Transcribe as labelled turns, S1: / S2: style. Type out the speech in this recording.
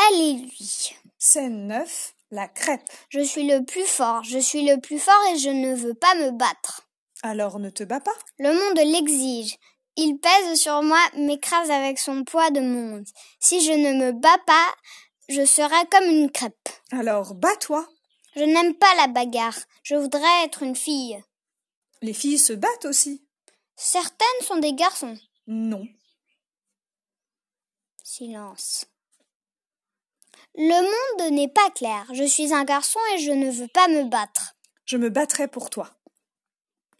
S1: Allez-lui.
S2: Scène 9, la crêpe.
S1: Je suis le plus fort et je ne veux pas me battre.
S2: Alors ne te bats pas.
S1: Le monde l'exige. Il pèse sur moi, m'écrase avec son poids de monde. Si je ne me bats pas, je serai comme une crêpe.
S2: Alors bats-toi.
S1: Je n'aime pas la bagarre. Je voudrais être une fille.
S2: Les filles se battent aussi.
S1: Certaines sont des garçons.
S2: Non.
S1: Silence. Le monde n'est pas clair. Je suis un garçon et je ne veux pas me battre.
S2: Je me battrai pour toi.